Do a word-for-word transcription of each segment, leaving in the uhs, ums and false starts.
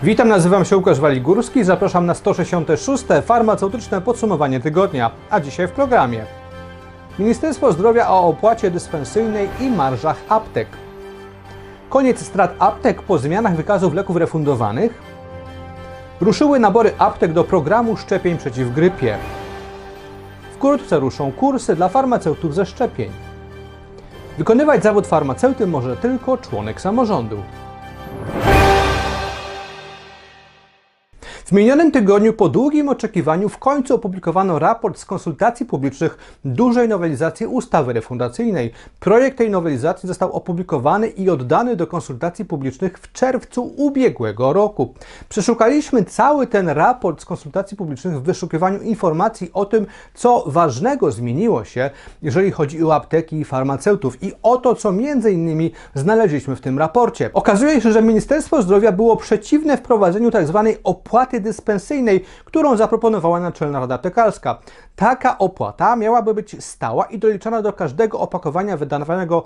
Witam, nazywam się Łukasz Waligórski, zapraszam na sto sześćdziesiąte szóste farmaceutyczne podsumowanie tygodnia, a dzisiaj w programie. Ministerstwo Zdrowia o opłacie dyspensyjnej i marżach aptek. Koniec strat aptek po zmianach wykazów leków refundowanych. Ruszyły nabory aptek do programu szczepień przeciw grypie. Wkrótce ruszą kursy dla farmaceutów ze szczepień. Wykonywać zawód farmaceuty może tylko członek samorządu. W minionym tygodniu po długim oczekiwaniu w końcu opublikowano raport z konsultacji publicznych dużej nowelizacji ustawy refundacyjnej. Projekt tej nowelizacji został opublikowany i oddany do konsultacji publicznych w czerwcu ubiegłego roku. Przeszukaliśmy cały ten raport z konsultacji publicznych w wyszukiwaniu informacji o tym, co ważnego zmieniło się, jeżeli chodzi o apteki i farmaceutów, i o to, co między innymi znaleźliśmy w tym raporcie. Okazuje się, że Ministerstwo Zdrowia było przeciwne wprowadzeniu tzw. opłaty dyspensyjnej, którą zaproponowała Naczelna Rada Aptekarska. Taka opłata miałaby być stała i doliczana do każdego opakowania wydawanego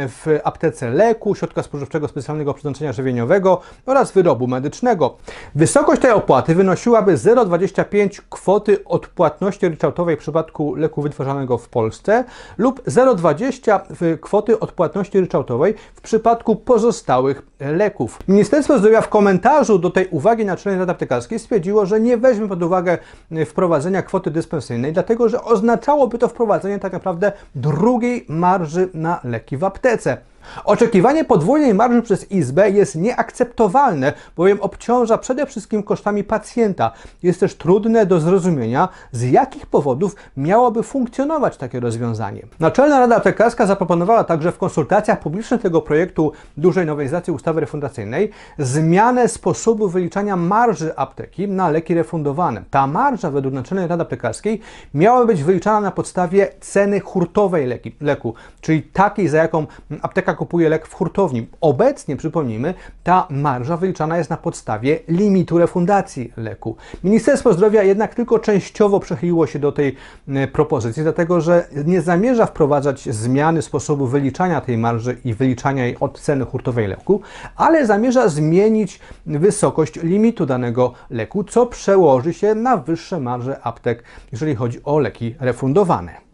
w aptece leku, środka spożywczego specjalnego przeznaczenia żywieniowego oraz wyrobu medycznego. Wysokość tej opłaty wynosiłaby zero przecinek dwadzieścia pięć kwoty odpłatności ryczałtowej w przypadku leku wytwarzanego w Polsce lub zero przecinek dwadzieścia kwoty odpłatności ryczałtowej w przypadku pozostałych leków. Ministerstwo Zdrowia w komentarzu do tej uwagi Naczelnej Rady Aptekarskiej stwierdziło, że nie weźmie pod uwagę wprowadzenia kwoty dyspensyjnej, dlatego że oznaczałoby to wprowadzenie tak naprawdę drugiej marży na leki w aptece. Oczekiwanie podwójnej marży przez Izbę jest nieakceptowalne, bowiem obciąża przede wszystkim kosztami pacjenta. Jest też trudne do zrozumienia, z jakich powodów miałoby funkcjonować takie rozwiązanie. Naczelna Rada Aptekarska zaproponowała także w konsultacjach publicznych tego projektu dużej nowelizacji ustawy refundacyjnej zmianę sposobu wyliczania marży apteki na leki refundowane. Ta marża według Naczelnej Rady Aptekarskiej miała być wyliczana na podstawie ceny hurtowej leki, leku, czyli takiej, za jaką apteka kupuje lek w hurtowni. Obecnie, przypomnijmy, ta marża wyliczana jest na podstawie limitu refundacji leku. Ministerstwo Zdrowia jednak tylko częściowo przychyliło się do tej propozycji, dlatego że nie zamierza wprowadzać zmiany sposobu wyliczania tej marży i wyliczania jej od ceny hurtowej leku, ale zamierza zmienić wysokość limitu danego leku, co przełoży się na wyższe marże aptek, jeżeli chodzi o leki refundowane.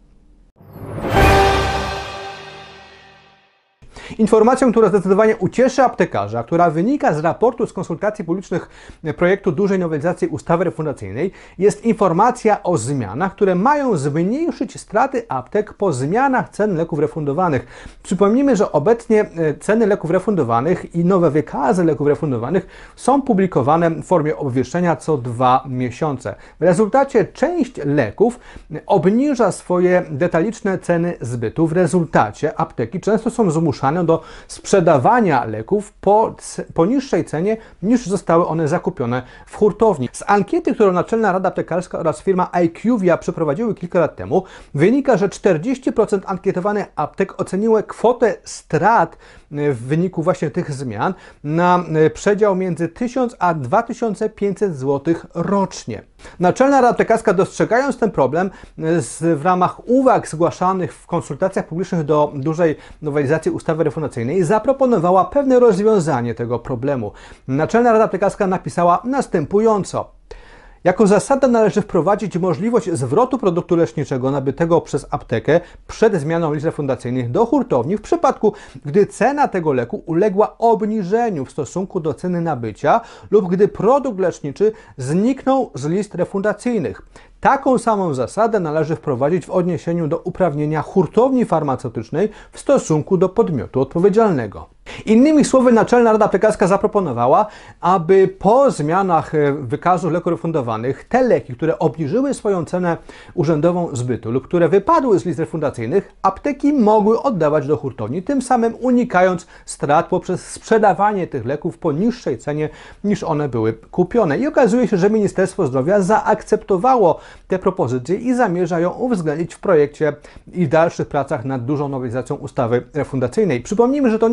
Informacją, która zdecydowanie ucieszy aptekarza, która wynika z raportu z konsultacji publicznych projektu dużej nowelizacji ustawy refundacyjnej, jest informacja o zmianach, które mają zmniejszyć straty aptek po zmianach cen leków refundowanych. Przypomnijmy, że obecnie ceny leków refundowanych i nowe wykazy leków refundowanych są publikowane w formie obwieszczenia co dwa miesiące. W rezultacie część leków obniża swoje detaliczne ceny zbytu. W rezultacie apteki często są zmuszane do sprzedawania leków po, po niższej cenie, niż zostały one zakupione w hurtowni. Z ankiety, którą Naczelna Rada Aptekarska oraz firma IQVIA przeprowadziły kilka lat temu, wynika, że czterdzieści procent ankietowanych aptek oceniły kwotę strat w wyniku właśnie tych zmian na przedział między tysiąc a dwa tysiące pięćset złotych rocznie. Naczelna Rada Aptekarska, dostrzegając ten problem, z, w ramach uwag zgłaszanych w konsultacjach publicznych do dużej nowelizacji ustawy refundacyjnej, zaproponowała pewne rozwiązanie tego problemu. Naczelna Rada Aptekarska napisała następująco. Jako zasadę należy wprowadzić możliwość zwrotu produktu leczniczego nabytego przez aptekę przed zmianą list refundacyjnych do hurtowni w przypadku, gdy cena tego leku uległa obniżeniu w stosunku do ceny nabycia lub gdy produkt leczniczy zniknął z list refundacyjnych. Taką samą zasadę należy wprowadzić w odniesieniu do uprawnienia hurtowni farmaceutycznej w stosunku do podmiotu odpowiedzialnego. Innymi słowy, Naczelna Rada Aptekarska zaproponowała, aby po zmianach wykazu leków refundowanych te leki, które obniżyły swoją cenę urzędową zbytu lub które wypadły z list refundacyjnych, apteki mogły oddawać do hurtowni, tym samym unikając strat poprzez sprzedawanie tych leków po niższej cenie, niż one były kupione. I okazuje się, że Ministerstwo Zdrowia zaakceptowało te propozycje i zamierza ją uwzględnić w projekcie i dalszych pracach nad dużą nowelizacją ustawy refundacyjnej. Przypomnijmy, że to nie jest jedyny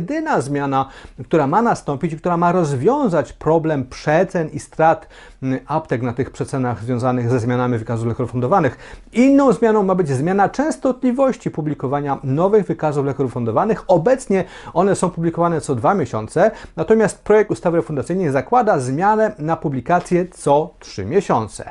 jedyna zmiana, która ma nastąpić i która ma rozwiązać problem przecen i strat aptek na tych przecenach związanych ze zmianami wykazów leków refundowanych. Inną zmianą ma być zmiana częstotliwości publikowania nowych wykazów leków refundowanych. Obecnie one są publikowane co dwa miesiące, natomiast projekt ustawy refundacyjnej zakłada zmianę na publikację co trzy miesiące.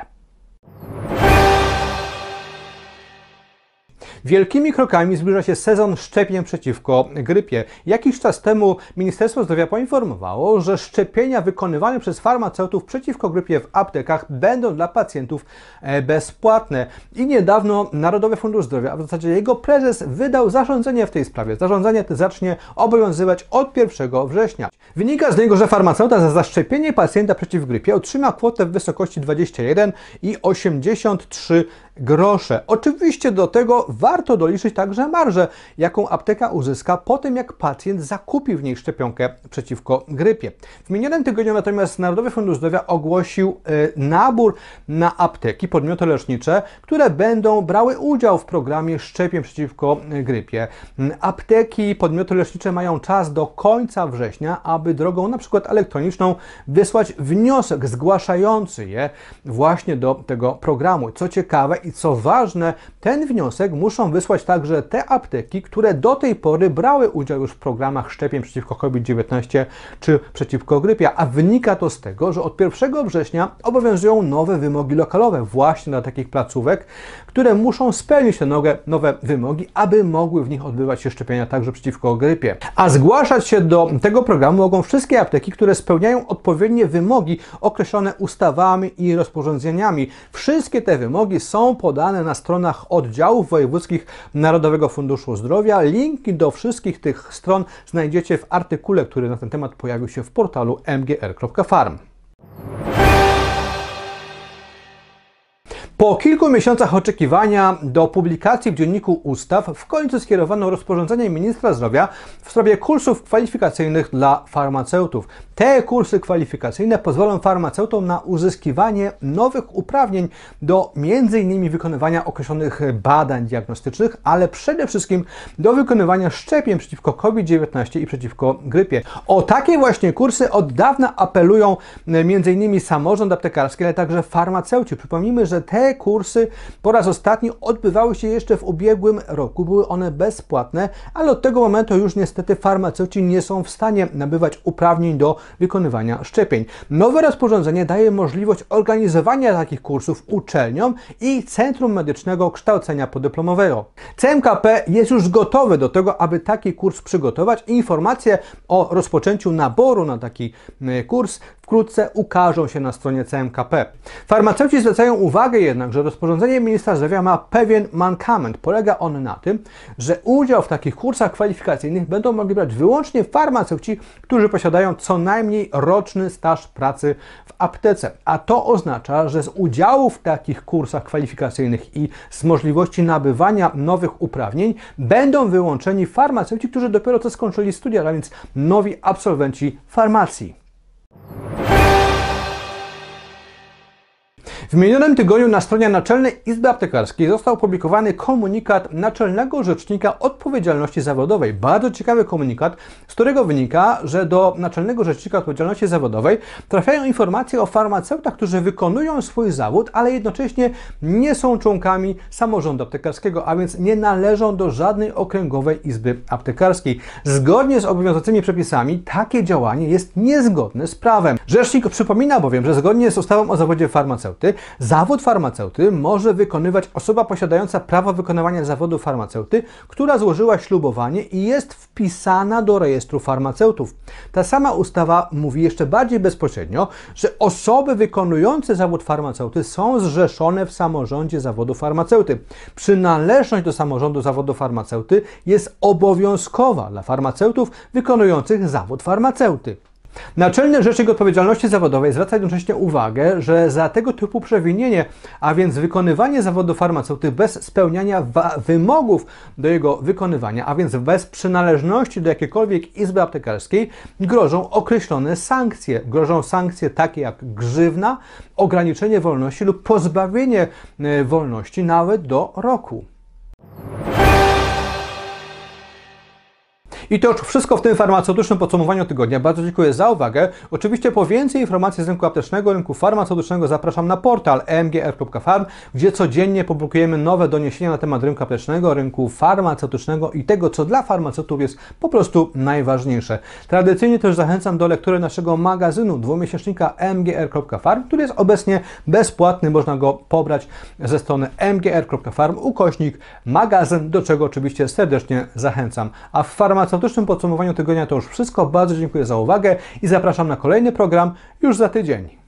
Wielkimi krokami zbliża się sezon szczepień przeciwko grypie. Jakiś czas temu Ministerstwo Zdrowia poinformowało, że szczepienia wykonywane przez farmaceutów przeciwko grypie w aptekach będą dla pacjentów bezpłatne. I niedawno Narodowy Fundusz Zdrowia, a w zasadzie jego prezes, wydał zarządzenie w tej sprawie. Zarządzenie to zacznie obowiązywać od pierwszego września. Wynika z niego, że farmaceuta za zaszczepienie pacjenta przeciw grypie otrzyma kwotę w wysokości dwadzieścia jeden i osiemdziesiąt trzy grosze. Oczywiście do tego warto doliczyć także marżę, jaką apteka uzyska po tym, jak pacjent zakupi w niej szczepionkę przeciwko grypie. W minionym tygodniu natomiast Narodowy Fundusz Zdrowia ogłosił y, nabór na apteki, podmioty lecznicze, które będą brały udział w programie szczepień przeciwko grypie. Apteki, podmioty lecznicze mają czas do końca września, aby drogą na przykład elektroniczną wysłać wniosek zgłaszający je właśnie do tego programu. Co ciekawe i co ważne, ten wniosek muszą wysłać także te apteki, które do tej pory brały udział już w programach szczepień przeciwko COVID dziewiętnaście czy przeciwko grypie, a wynika to z tego, że od pierwszego września obowiązują nowe wymogi lokalowe właśnie dla takich placówek, które muszą spełnić te nowe, nowe wymogi, aby mogły w nich odbywać się szczepienia także przeciwko grypie. A zgłaszać się do tego programu mogą wszystkie apteki, które spełniają odpowiednie wymogi określone ustawami i rozporządzeniami. Wszystkie te wymogi są podane na stronach oddziałów wojewódzkich Narodowego Funduszu Zdrowia. Linki do wszystkich tych stron znajdziecie w artykule, który na ten temat pojawił się w portalu m g r kropka farm. Po kilku miesiącach oczekiwania do publikacji w Dzienniku Ustaw w końcu skierowano rozporządzenie ministra zdrowia w sprawie kursów kwalifikacyjnych dla farmaceutów. Te kursy kwalifikacyjne pozwolą farmaceutom na uzyskiwanie nowych uprawnień do między innymi wykonywania określonych badań diagnostycznych, ale przede wszystkim do wykonywania szczepień przeciwko COVID dziewiętnaście i przeciwko grypie. O takie właśnie kursy od dawna apelują między innymi samorząd aptekarski, ale także farmaceuci. Przypomnijmy, że te kursy po raz ostatni odbywały się jeszcze w ubiegłym roku. Były one bezpłatne, ale od tego momentu już niestety farmaceuci nie są w stanie nabywać uprawnień do wykonywania szczepień. Nowe rozporządzenie daje możliwość organizowania takich kursów uczelniom i Centrum Medycznego Kształcenia Podyplomowego. C M K P jest już gotowy do tego, aby taki kurs przygotować. Informacje o rozpoczęciu naboru na taki kurs wkrótce ukażą się na stronie C M K P. Farmaceuci zwracają uwagę jednak, że rozporządzenie ministra zdrowia ma pewien mankament. Polega on na tym, że udział w takich kursach kwalifikacyjnych będą mogli brać wyłącznie farmaceuci, którzy posiadają co najmniej roczny staż pracy w aptece. A to oznacza, że z udziału w takich kursach kwalifikacyjnych i z możliwości nabywania nowych uprawnień będą wyłączeni farmaceuci, którzy dopiero co skończyli studia, a więc nowi absolwenci farmacji. W minionym tygodniu na stronie Naczelnej Izby Aptekarskiej został opublikowany komunikat Naczelnego Rzecznika Odpowiedzialności Zawodowej. Bardzo ciekawy komunikat, z którego wynika, że do Naczelnego Rzecznika Odpowiedzialności Zawodowej trafiają informacje o farmaceutach, którzy wykonują swój zawód, ale jednocześnie nie są członkami samorządu aptekarskiego, a więc nie należą do żadnej okręgowej izby aptekarskiej. Zgodnie z obowiązującymi przepisami takie działanie jest niezgodne z prawem. Rzecznik przypomina bowiem, że zgodnie z ustawą o zawodzie farmaceuty zawód farmaceuty może wykonywać osoba posiadająca prawo wykonywania zawodu farmaceuty, która złożyła ślubowanie i jest wpisana do rejestru farmaceutów. Ta sama ustawa mówi jeszcze bardziej bezpośrednio, że osoby wykonujące zawód farmaceuty są zrzeszone w samorządzie zawodu farmaceuty. Przynależność do samorządu zawodu farmaceuty jest obowiązkowa dla farmaceutów wykonujących zawód farmaceuty. Naczelny Rzecznik Odpowiedzialności Zawodowej zwraca jednocześnie uwagę, że za tego typu przewinienie, a więc wykonywanie zawodu farmaceuty bez spełniania wymogów do jego wykonywania, a więc bez przynależności do jakiejkolwiek izby aptekarskiej, grożą określone sankcje. Grożą sankcje takie jak grzywna, ograniczenie wolności lub pozbawienie wolności nawet do roku. I to już wszystko w tym farmaceutycznym podsumowaniu tygodnia. Bardzo dziękuję za uwagę. Oczywiście po więcej informacji z rynku aptecznego, rynku farmaceutycznego zapraszam na portal e m g r kropka farm, gdzie codziennie publikujemy nowe doniesienia na temat rynku aptecznego, rynku farmaceutycznego i tego, co dla farmaceutów jest po prostu najważniejsze. Tradycyjnie też zachęcam do lektury naszego magazynu dwumiesięcznika e m g r kropka farm, który jest obecnie bezpłatny. Można go pobrać ze strony e m g r kropka farm ukośnik magazyn, do czego oczywiście serdecznie zachęcam. A w farmaceutycznym podsumowaniu tygodnia to już wszystko. Bardzo dziękuję za uwagę i zapraszam na kolejny program już za tydzień.